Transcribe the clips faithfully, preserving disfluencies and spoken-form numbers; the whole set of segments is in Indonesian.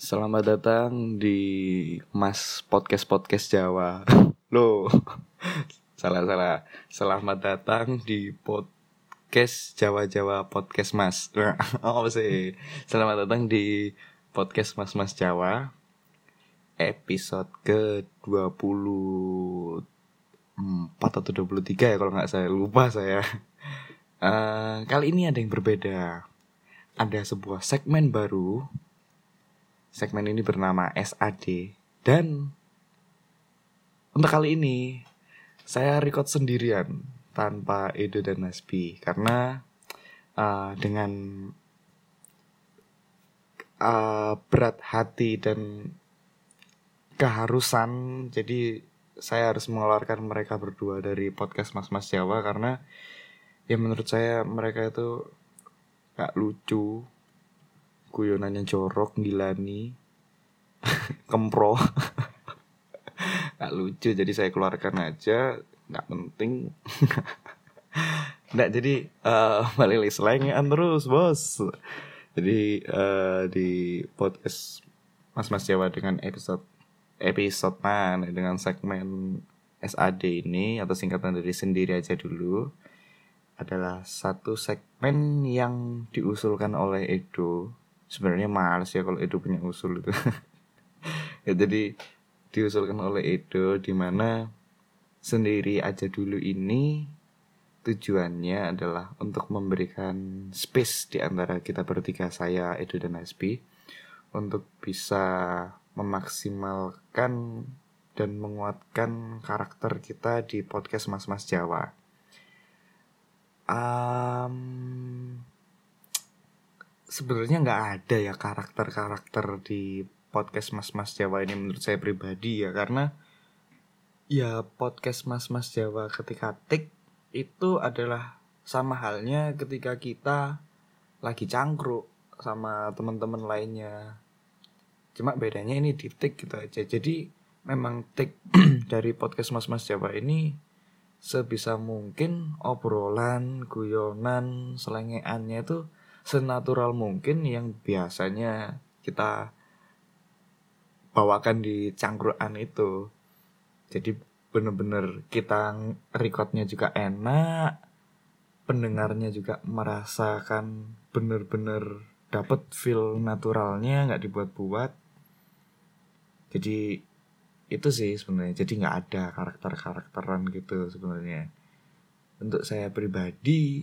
Selamat datang di Mas Podcast Podcast Jawa. Loh, salah salah. Selamat datang di podcast Jawa Jawa Podcast Mas. Oh apa sih? Selamat datang di podcast Mas Mas Jawa. Episode ke dua puluh empat atau dua puluh tiga ya kalau nggak saya lupa saya. Uh, kali ini ada yang berbeda. Ada sebuah segmen baru. Segmen ini bernama S A D. Dan untuk kali ini saya record sendirian tanpa Edo dan Nasbi. Karena uh, dengan uh, berat hati dan keharusan, jadi saya harus mengeluarkan mereka berdua dari podcast Mas Mas Jawa. Karena ya menurut saya mereka itu gak lucu, guyonannya jorok, gilani, kempro. Gak lucu, jadi saya keluarkan aja. Gak penting. Nggak, jadi uh, balik selengean terus bos. Jadi uh, di podcast Mas Mas Jawa dengan episode Episode mana dengan segmen S A D ini, atau singkatan dari sendiri aja dulu, adalah satu segmen yang diusulkan oleh Edo. Sebenarnya males ya kalau Edo punya usul itu. Ya, jadi diusulkan oleh Edo, dimana sendiri aja dulu ini tujuannya adalah untuk memberikan space di antara kita bertiga, saya, Edo dan Nasbi, untuk bisa memaksimalkan dan menguatkan karakter kita di podcast Mas Mas Jawa. Um, sebenarnya nggak ada ya karakter-karakter di podcast Mas Mas Jawa ini menurut saya pribadi ya, karena ya podcast Mas Mas Jawa ketika tik itu adalah sama halnya ketika kita lagi cangkruk sama teman-teman lainnya. Cuma bedanya ini di tik gitu aja. Jadi memang tik dari podcast Mas Mas Jawa ini sebisa mungkin obrolan, guyonan, selengeannya itu senatural mungkin yang biasanya kita bawakan di cangkruan itu. Jadi bener-bener kita recordnya juga enak, pendengarnya juga merasakan bener-bener dapet feel naturalnya, nggak dibuat-buat. Jadi itu sih sebenarnya. Jadi nggak ada karakter-karakteran gitu sebenarnya. Untuk saya pribadi,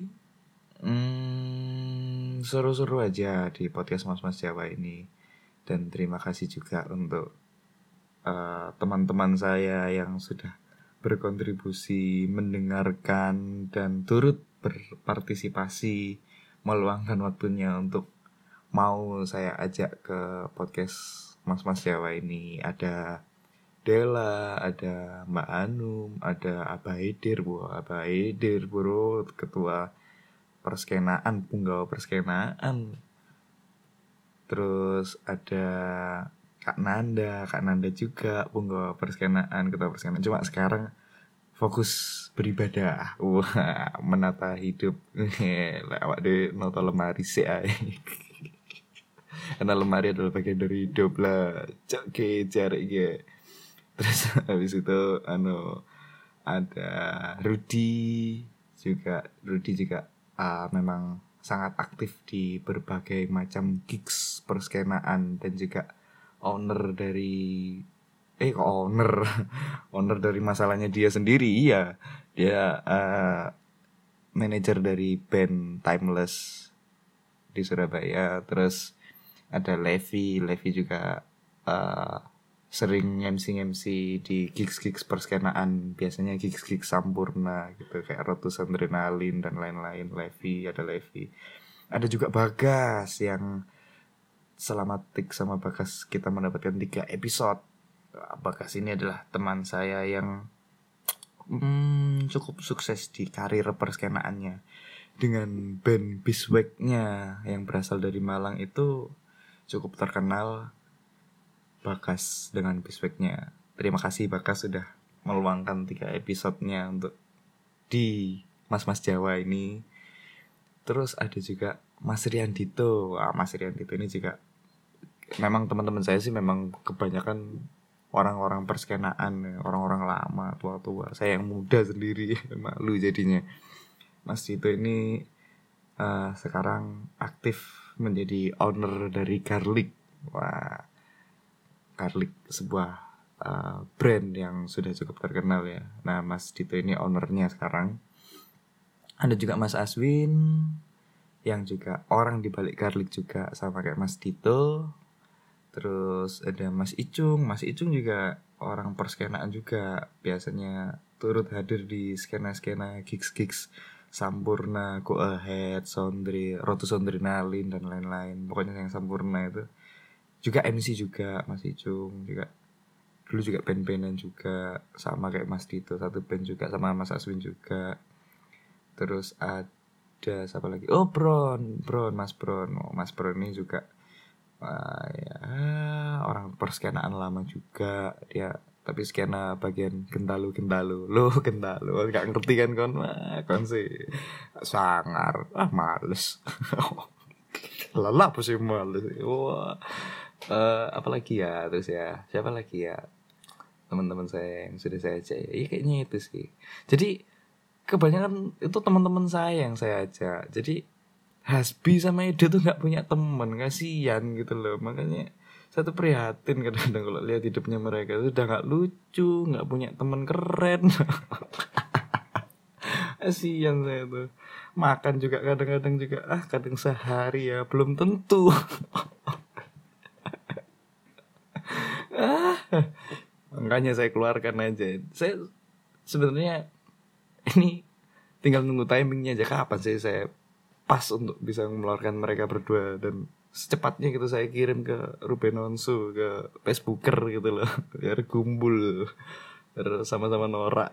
hmm, seru-seru aja di podcast Mas Mas Jawa ini. Dan terima kasih juga untuk uh, teman-teman saya yang sudah berkontribusi, mendengarkan, dan turut berpartisipasi, meluangkan waktunya untuk mau saya ajak ke podcast Mas Mas Jawa ini. Ada Dela, ada Mbak Anum, ada Abah Edir, bu, Abah Edir, bro, ketua perskenaan, punggawa perskenaan. Terus ada Kak Nanda, Kak Nanda juga punggawa perskenaan, ketua perskenaan. Cuma sekarang fokus beribadah, wah, menata hidup. Lewat deh nota lemari sih, karena lemari adalah bagian dari hidup lah. Cok ke cari ge. Terus habis itu anu ada Rudy juga. Rudy juga uh, memang sangat aktif di berbagai macam gigs perskenaan, dan juga owner dari eh kok owner owner dari masalahnya dia sendiri. Iya, dia uh, manajer dari band Timeless di Surabaya. Terus ada Levi, Levi juga uh, sering M C-M C di gigs-gigs perskenaan, biasanya gigs-gigs sampurna gitu, kayak Rotus Adrenalin dan lain-lain. Levi, ada Levi. Ada juga Bagas, yang selama tik sama Bagas kita mendapatkan tiga episode. Bagas ini adalah teman saya yang hmm, cukup sukses di karir perskenaannya. Dengan band Biswag-nya yang berasal dari Malang itu cukup terkenal. Bagas dengan Biswag-nya. Terima kasih Bagas sudah meluangkan tiga episodenya untuk di Mas Mas Jawa ini. Terus ada juga Mas Riandito. Wah, Mas Riandito ini juga memang teman-teman saya sih memang kebanyakan orang-orang perskenaan, orang-orang lama, tua-tua. Saya yang muda sendiri, malu jadinya. Mas Dito ini uh, sekarang aktif menjadi owner dari Garlic. Wah, Garlic sebuah uh, brand yang sudah cukup terkenal ya. Nah, Mas Dito ini ownernya sekarang. Ada juga Mas Aswin yang juga orang di balik Garlic juga sama kayak Mas Dito. Terus ada Mas Icung. Mas Icung juga orang perskenaan juga, biasanya turut hadir di skena-skena gigs-gigs Sampurna, Go Ahead, Sondre, Rotu Sondrenalin dan lain-lain. Pokoknya yang Sampurna itu. Juga M C juga Mas Icung juga. Dulu juga band-bandan juga sama kayak Mas Dito, satu band juga sama Mas Aswin juga. Terus ada siapa lagi? Oh, Bron, Bron, Mas Bron. Oh, Mas Bron ini juga wah, ya, orang perskenaan lama juga dia, tapi skena bagian gentalu-gentalu. Lo gentalu gak ngerti kan kon? Wah, kon sih sangar. Ah, males. Lelah apa sih males. Wah. Uh, apalagi ya terus ya. Siapa lagi ya? Teman-teman saya yang sudah saya ajak. Ya kayaknya itu sih. Jadi kebanyakan itu teman-teman saya yang saya ajak. Jadi Hasbi sama Edo tuh gak punya teman, kasihan gitu loh. Makanya saya tuh prihatin kadang-kadang kalau lihat hidupnya mereka tuh udah gak lucu, gak punya teman keren. Kasihan saya tuh. Makan juga kadang-kadang juga ah kadang sehari ya belum tentu. ah, makanya saya keluarkan aja. Saya sebenarnya ini tinggal nunggu timingnya aja, kapan sih saya pas untuk bisa mengeluarkan mereka berdua, dan secepatnya gitu saya kirim ke Ruben Onsu, ke Facebooker gitu loh, biar gumbul, biar sama-sama norak.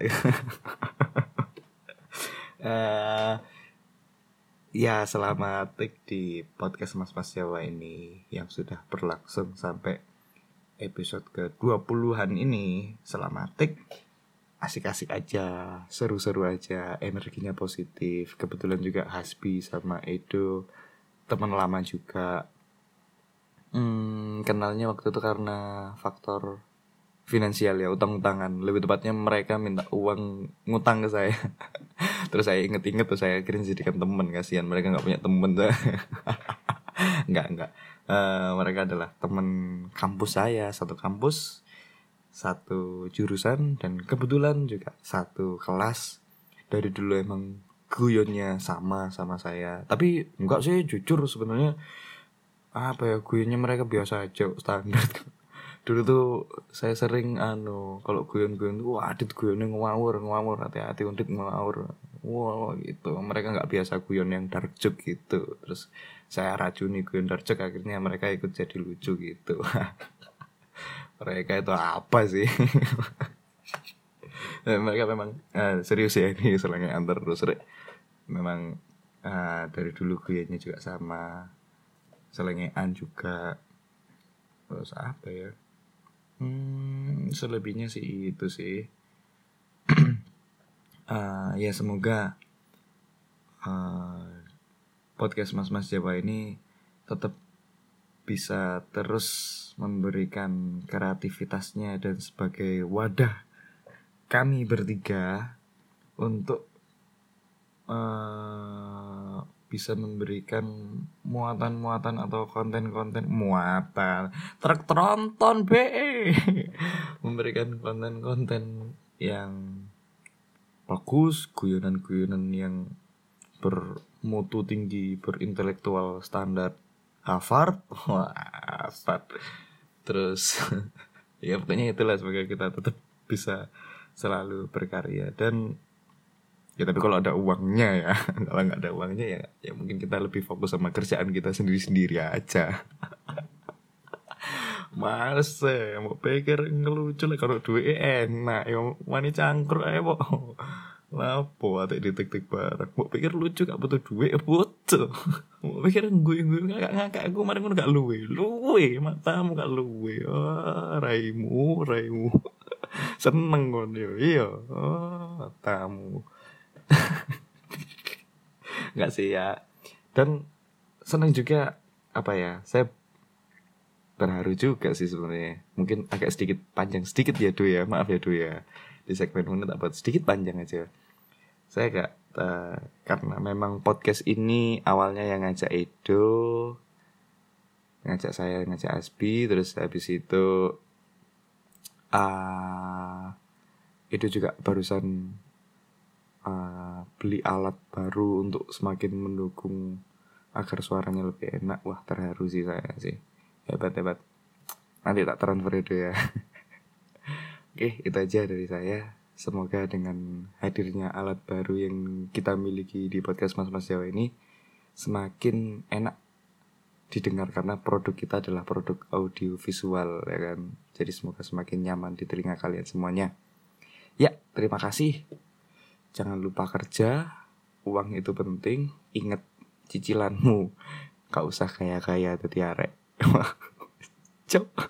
uh, ya selamat take di podcast Mas Mas Jawa ini yang sudah berlangsung sampai episode ke dua puluhan ini. Selamat take, asik-asik aja, seru-seru aja, energinya positif. Kebetulan juga Hasbi sama Edo teman lama juga. Hmm, kenalnya waktu itu karena faktor finansial ya, utang-utangan. Lebih tepatnya mereka minta uang ngutang ke saya. Terus saya inget-inget tuh saya akhirnya jadikan teman, kasihan mereka nggak punya teman. Nggak nggak. Uh, mereka adalah teman kampus saya, satu kampus, satu jurusan, dan kebetulan juga satu kelas. Dari dulu emang guyonnya sama sama saya. Tapi enggak sih, jujur sebenarnya apa ya, guyonnya mereka biasa aja, standar. Dulu tuh saya sering anu kalau guyon-guyon tuh, wah Adit guyonnya ngawur ngawur, hati-hati Undit ngawur. Wah gitu. Mereka enggak biasa guyon yang dark joke gitu. Terus saya racuni guyon dark joke, akhirnya mereka ikut jadi lucu gitu. Mereka itu apa sih? Mereka memang uh, serius ya, ini selangnya antar terus. Memang uh, dari dulu guyanya juga sama, selengean juga. Terus apa ya? Hmm, selebihnya sih itu sih. uh, ya semoga uh, podcast Mas Mas Jawa ini tetap bisa terus memberikan kreativitasnya dan sebagai wadah kami bertiga untuk uh, bisa memberikan muatan-muatan atau konten-konten muatan truk tronton be memberikan konten-konten yang bagus, guyonan-guyonan yang bermutu tinggi, berintelektual standar Harvard. Wah, Harvard. Terus ya pokoknya itulah, semoga kita tetap bisa selalu berkarya. Dan ya tapi kalau ada uangnya ya, kalau nggak ada uangnya ya ya mungkin kita lebih fokus sama kerjaan kita sendiri-sendiri aja. Males ya, mau pikir ngelucu lah kalau duit enak, yang wani cangkruk aja kok. Lapo atik ditik-tik barang. Mau pikir lucu gak butuh duit, butuh. Mau pikir gue-gue ngakak-ngakak aku kemarin gak luwe. Luwe, matamu gak luwe. Oh, raimu, raimu. Seneng kon yo. Iya. Oh, matamu. Gak sih ya. Dan seneng juga apa ya? Saya terharu juga sih sebenarnya. Mungkin agak sedikit panjang sedikit ya Do ya, maaf ya Do ya. Di segmen menit apa sedikit panjang aja. Saya gak uh, karena memang podcast ini awalnya yang ngajak Edo, ngajak saya, ngajak Asbi, terus habis itu uh, Edo juga barusan uh, beli alat baru untuk semakin mendukung agar suaranya lebih enak. Wah, terharu sih saya sih. Hebat-hebat. Nanti tak transfer Edo ya. Oke, itu aja dari saya. Semoga dengan hadirnya alat baru yang kita miliki di podcast Mas-Mas Jawa ini semakin enak didengar karena produk kita adalah produk audio visual ya kan. Jadi semoga semakin nyaman di telinga kalian semuanya. Ya, terima kasih. Jangan lupa kerja, uang itu penting. Ingat cicilanmu. Gak usah kaya-kaya atau tiarek. Cok.